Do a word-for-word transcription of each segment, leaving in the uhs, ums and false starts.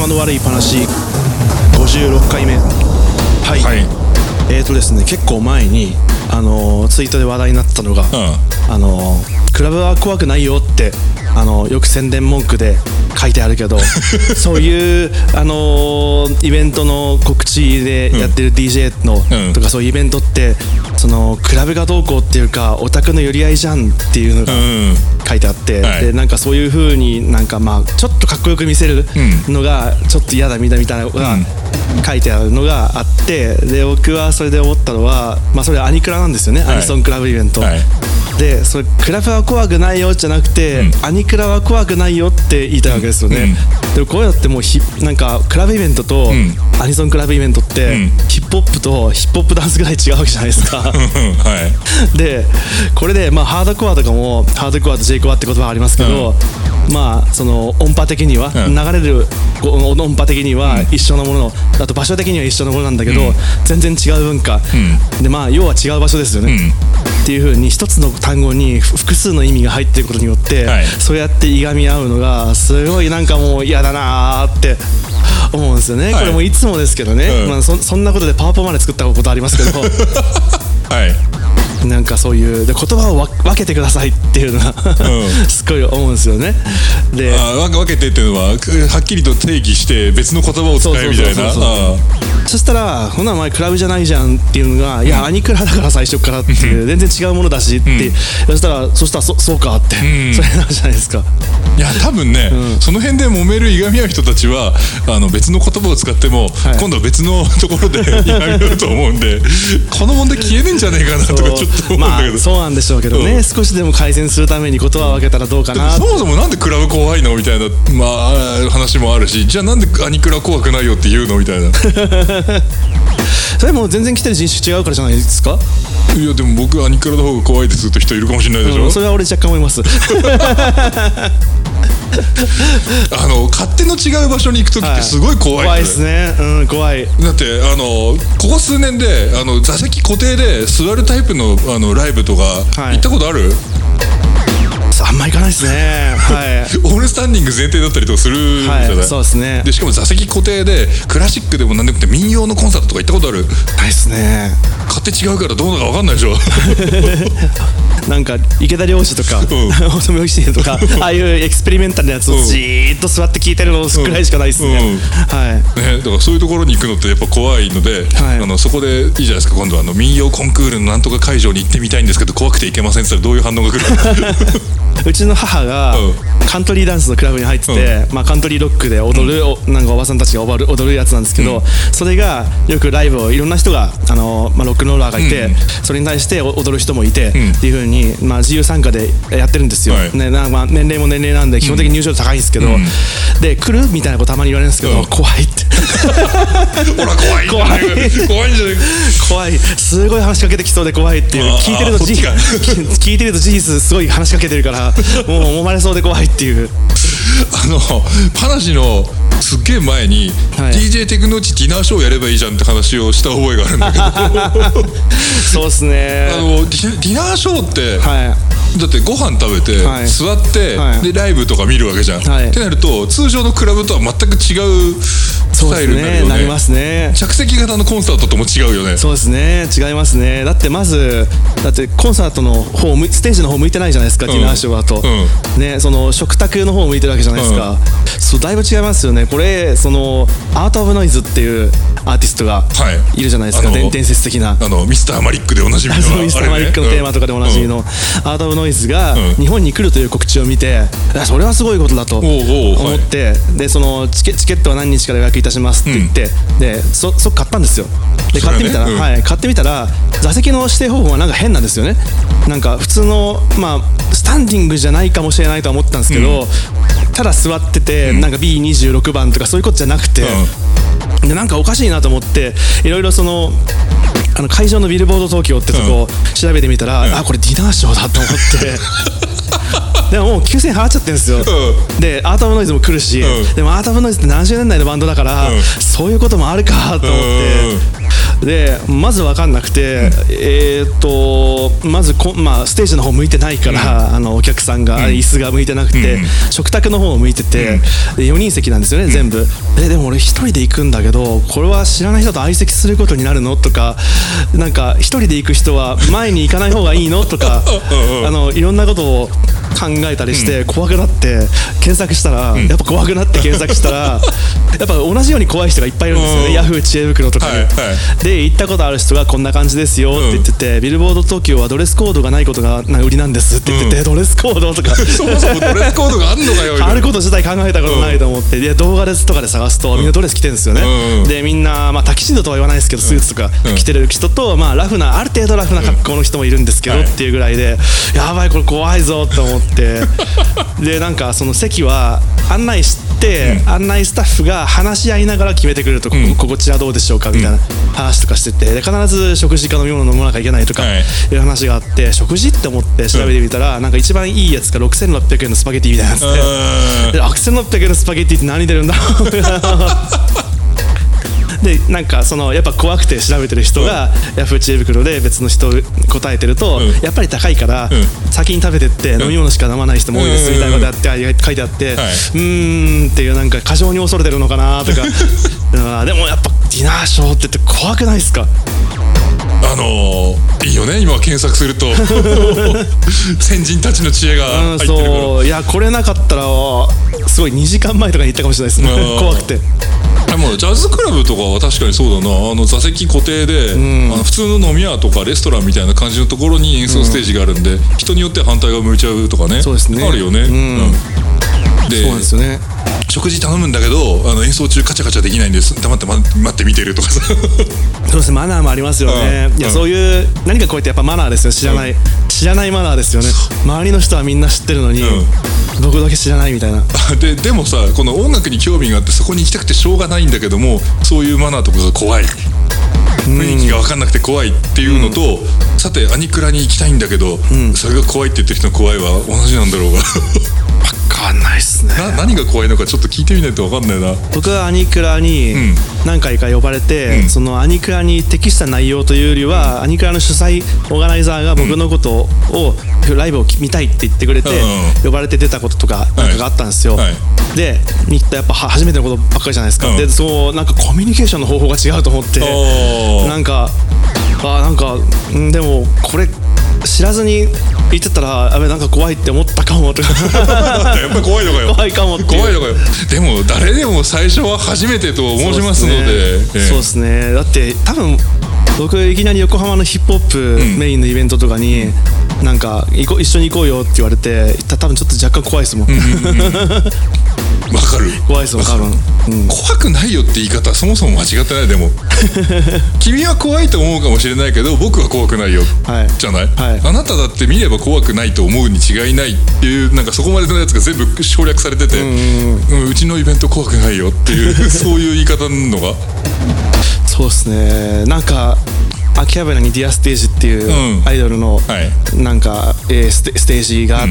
頭の悪い話ごじゅうろっかいめ。はい、はい、えーとですね結構前にあのー、ツイートで話題になったのが、うん、あのー、クラブは怖くないよってあのよく宣伝文句で書いてあるけどそういう、あのー、イベントの告知でやってる ディージェー の、うん、とかそういうイベントってそのクラブがどうこうっていうかオタクの寄り合いじゃんっていうのが書いてあって、うん、でなんかそういう風になんかまあちょっとかっこよく見せるのがちょっと嫌だみたいなのが書いてあるのがあって、で僕はそれで思ったのは、まあ、それアニクラなんですよね、はい、アニソンクラブイベント、はい、でそれクラブは怖くないよじゃなくて、うん、アニクラは怖くないよって言いたいわけですよね、うん、でもこういうのってもうひなんかクラブイベントとアニソンクラブイベントって、うん、ヒップホップとヒップホップダンスぐらい違うわけじゃないですかはい、でこれで、まあ、ハードコアとかもハードコアと J コアって言葉がありますけど、うん、まあその音波的には、うん、流れる音波的には一緒のものの、あと場所的には一緒のものなんだけど、うん、全然違う文化、うん、でまあ要は違う場所ですよね、うん、っていう風に一つの単語に複数の意味が入っていることによって、はい、そうやっていがみ合うのがすごいなんかもう嫌だなーって思うんですよね、はい、これもいつもですけどね、うん、まあ、そ, そんなことでパワポまで作ったことありますけどはい、なんかそういうで言葉を分けてくださいっていうのが、うん、すごい思うんですよね。であ分けてっていうのははっきりと定義して別の言葉を使えみたいな。 そしたらほなお前クラブじゃないじゃんっていうのが、いや、うん、アニクラだから最初からっていう、うん、全然違うものだしって、うん、そしたらそしたら そ, そうかって、うん、それなんじゃないですか。 いや多分ね、うん、その辺で揉めるいがみ合う人たちはあの別の言葉を使っても、はい、今度は別のところでいがみ合うと思うんでこの問題消えねえんじゃねえかなとかちょっと思うんだけど、 まあ、そうなんでしょうけどね、うん、少しでも改善するために言葉を分けたらどうかな。 そもそもなんでクラブ怖いのみたいな、まあ、話もあるし、じゃあなんでアニクラ怖くないよって言うのみたいなそれも全然来てる人種違うからじゃないですか。 いやでも僕アニクラの方が怖いですって人いるかもしれないでしょ、うん、 それは俺若干思いますあの勝手の違う場所に行く時ってすごい怖い、 はい、怖いですね、うん、怖い。 だってあのここ数年であの座席固定で座るタイプ の, あのライブとか行ったことある？ あんまり行かないですね、はい、 オールスタンディング前提だったりとかするじゃない、はい、 そうですね。 でしかも座席固定でクラシックでも何でもって民謡のコンサートとか行ったことある？ ないですね。 勝手違うからどうなのか分かんないでしょなんか池田良司とか乙女義士とかああいうエクスペリメンタルなやつをじーっと座って聞いてるのくらいしかないですね、うんうん、はいね、だからそういうところに行くのってやっぱ怖いので、はい、あのそこでいいじゃないですか。今度はあの民謡コンクールのなんとか会場に行ってみたいんですけど怖くて行けませんって言ったらどういう反応が来るうちの母がカントリーダンスのクラブに入ってて、うん、まあ、カントリーロックで踊る、うん、なんかおばさんたちが踊る、踊るやつなんですけど、うん、それがよくライブをいろんな人があの、まあ、ロックンローラーがいて、うん、それに対して踊る人もいて、うん、っていう風に、まあ、自由参加でやってるんですよ、はい、ね、なまあ、年齢も年齢なんで基本的に入場料高いんですけど、うん、で来るみたいなことたまに言われるんですけど、うん、怖いってほら怖い怖い怖いんじゃない怖い、すごい話しかけてきそうで怖いっていう、聞いてると事実聞いてると事実すごい話しかけてるからもう揉まれそうで怖いっていうあのパナシのすっげえ前に、はい、ディージェー テクノチディナーショーやればいいじゃんって話をした覚えがあるんだけどそうですね。 あのディナーショーって、はい、だってご飯食べて、はい、座って、はい、でライブとか見るわけじゃん、はい、ってなると通常のクラブとは全く違うスタイルになるよね。 なりますね。 着席型のコンサートとも違うよね。 そうですね、違いますね。だってまずだってコンサートの方ステージの方向いてないじゃないですか、うん、ディナーショーだと、うん、ね、その食卓の方向いてるわけじゃないですか、うん、そうだいぶ違いますよね。これそのアート・オブ・ノイズっていうアーティストがいるじゃないですか、はい、伝説的なあのミスターマリックでおなじみのそうミスターマリックのテーマとかでおなじみの、うん、アート・オブ・ノイズが日本に来るという告知を見て、それはすごいことだと思って、はい、でそのチケ、チケットは何日から予約いたしますって言って、うん、で そ, そ買ったんですよ。で買ってみたら、ね、うん、はい、買ってみたら座席の指定方法はなんか変なんですよね。なんか普通の、まあ、スタンディングじゃないかもしれないとは思ったんですけど、うん、ただ座ってて、うん、なんか ビーにじゅうろく 番とかそういうことじゃなくて、うん、でなんかおかしいなと思っていろいろそのあの会場のビルボード東京ってとこを調べてみたら、うん、あこれディナーショーだと思ってでももうきゅうせんえん払っちゃってるんですよ、うん、でアート・オブ・ノイズも来るし、うん、でもアート・オブ・ノイズってななじゅうねんだいのバンドだから、うん、そういうこともあるかと思って、 でまず分かんなくて、うん、えー、っとまずこ、まあ、ステージの方向いてないから、うん、あのお客さんが、うん、椅子が向いてなくて、うん、食卓の方を向いてて、うん、でよにん席なんですよね、うん、全部ででも俺一人で行くんだけどこれは知らない人と相席することになるのとか、なんか一人で行く人は前に行かない方がいいのとかあのいろんなことを考えたりして怖くなって検索したら、うん、やっぱ怖くなって検索したらやっぱ同じように怖い人がいっぱいいるんですよね、ヤフー知恵袋とかに、はいはい、で行ったことある人がこんな感じですよって言ってて、うん、ビルボード東京はドレスコードがないことが売りなんですって言ってて、うん、ドレスコードとかそもそもドレスコードがあるのかよあること自体考えたことないと思って、で動画ですとかで探すとみんなドレス着てるんですよね、うん、でみんな、まあ、タキシードとは言わないですけどスーツとか着てる人と、まあ、ラフなある程度ラフな格好の人もいるんですけど、うん、っていうぐらいでやばいこれ怖いぞと思ってでなんかその席は案内して、うん、案内スタッフが話し合いながら決めてくれると、うん、ここちらどうでしょうかみたいな話とかしてて、で必ず食事か飲み物飲まなきゃいけないとかいう話があって、はい、食事って思って調べてみたら、うん、なんか一番いいやつがろくせんろっぴゃくえんのスパゲティみたいなやつで、でろくせんろっぴゃくえんのスパゲティって何出るんだろうでなんかそのやっぱ怖くて調べてる人が、うん、ヤフー知恵袋で別の人答えてると、うん、やっぱり高いから、うん、先に食べてって飲み物しか飲まない人も多いですみたいなことやって書いてあって、はい、うーんっていうなんか過剰に恐れてるのかなとかでもやっぱディナーショーって言って怖くないですか？ あのー、いいよね今検索すると先人たちの知恵が入ってるから、うん、 そういやこれなかったらすごいにじかんまえとかに行ったかもしれないですね怖くて。 でもジャズクラブとかは確かにそうだな、あの座席固定で、うん、あの普通の飲み屋とかレストランみたいな感じのところに演奏ステージがあるんで、うん、人によっては反対側向いちゃうとかね、 そうですね、 あるよね、うんうん、でそうなんですよね。 食事頼むんだけどあの演奏中カチャカチャできないんです黙って待って見てるとかさそうですね、マナーもありますよね、うん、いやそういう何かこうやってやっぱマナーですよ、知らない、うん、知らないマナーですよね。周りの人はみんな知ってるのに、うん、僕だけ知らないみたいなで, でもさこの音楽に興味があってそこに行きたくてしょうがないんだけども、そういうマナーとかが怖い、雰囲気が分かんなくて怖いっていうのと、うん、さてアニクラに行きたいんだけど、うん、それが怖いって言ってる人の怖いは同じなんだろうが分かんないっすね。 な何が怖いのかちょっと聞いてみないと分かんないな。 僕はアニクラに何回か呼ばれて、うん、そのアニクラに適した内容というよりは、うん、アニクラの主催オーガナイザーが僕のことを、うん、ライブを見たいって言ってくれて、うん、呼ばれて出たこととかなんかがあったんですよ、はいはい、でやっぱ初めてのことばっかりじゃないですか、うん、でそうなんかコミュニケーションの方法が違うと思って、なんかあなんかでもこれ知らずに言ってたらあべなんか怖いって思ったかもとかやっぱり怖いのかよ怖いかもって怖いのかよ。でも誰でも最初は初めてと申しますので、 そうですね、だって多分僕いきなり横浜のヒップホップメインのイベントとかに、うん、なんか一緒に行こうよって言われて行ったら多分ちょっと若干怖いですもん。 わかる怖いですもん多分、 うん、怖くないよって言い方そもそも間違ってない。でも君は怖いと思うかもしれないけど僕は怖くないよ、はい、じゃない、はい、あなただって見れば怖くないと思うに違いないっていうなんかそこまでのやつが全部省略されてて、うん、うん、うちのイベント怖くないよっていうそういう言い方なのがそうですね。なんか秋葉原にディアステージっていうアイドルのなんかステージがあって、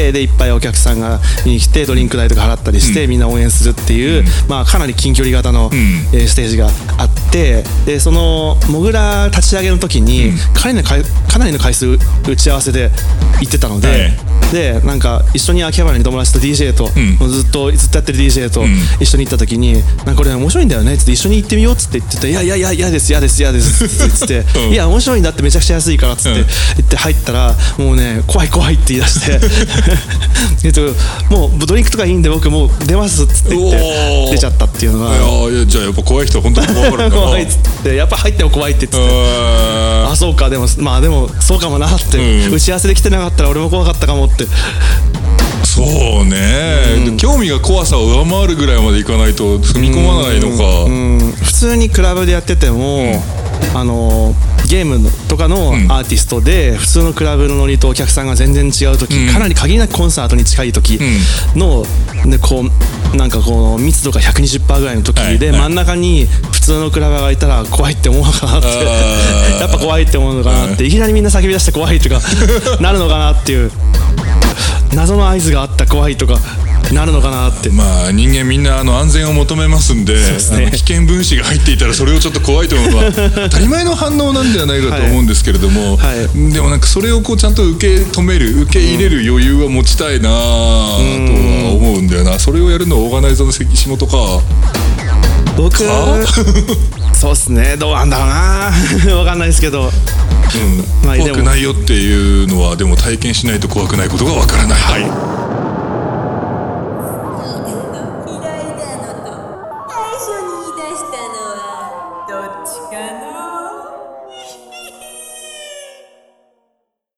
でいっぱいお客さんが見に来てドリンク代とか払ったりしてみんな応援するっていう、まあかなり近距離型のステージがあって、でそのモグラ立ち上げの時にかなりの回かなりの回数打ち合わせで行ってたので、でなんか一緒に秋葉原に友達と ディージェー とずっとずっとやってる ディージェー と一緒に行った時になんかこれ面白いんだよねっつって一緒に行ってみようっつって言ってて、いやいやいや嫌です嫌です嫌ですっつってうん、いや面白いんだってめちゃくちゃ安いからっつって言って入ったらもうね怖い怖いって言い出してえっともうドリンクとかいいんで僕もう出ますっつって言って出ちゃったっていうのが、 いやいやじゃあやっぱ怖い人は本当に怖がるんだな怖いっつってやっぱ入っても怖いって言ってて、あそうかでもまあでもそうかもなって、うん、打ち合わせで来てなかったら俺も怖かったかもって。 そうね、うん、興味が怖さを上回るぐらいまでいかないと踏み込まないのか、 うんうん、普通にクラブでやってても、うん、あのゲームとかのアーティストで普通のクラブのノリとお客さんが全然違う時、うん、かなり限りなくコンサートに近い時の、うん、でこうなんかこう密度が ひゃくにじゅっパーセント ぐらいの時で、はい、真ん中に普通のクラブがいたら怖いって思うのかなってやっぱ怖いって思うのかなっていきなりみんな叫び出して怖いとかなるのかなっていう謎の合図があった怖いとかなるのかなって。 まあ人間みんなあの安全を求めますんで、そうですね、危険分子が入っていたらそれをちょっと怖いと思うのは当たり前の反応なんではないかと思うんですけれども、はいはい、でもなんかそれをこうちゃんと受け止める受け入れる余裕は持ちたいなとは思うんだよな。それをやるのはオーガナイザーの仕事か。 僕そうっすね、どうなんだろうなわかんないですけど、うんまあ、怖くないよっていうのはでも体験しないと怖くないことがわからない。はい。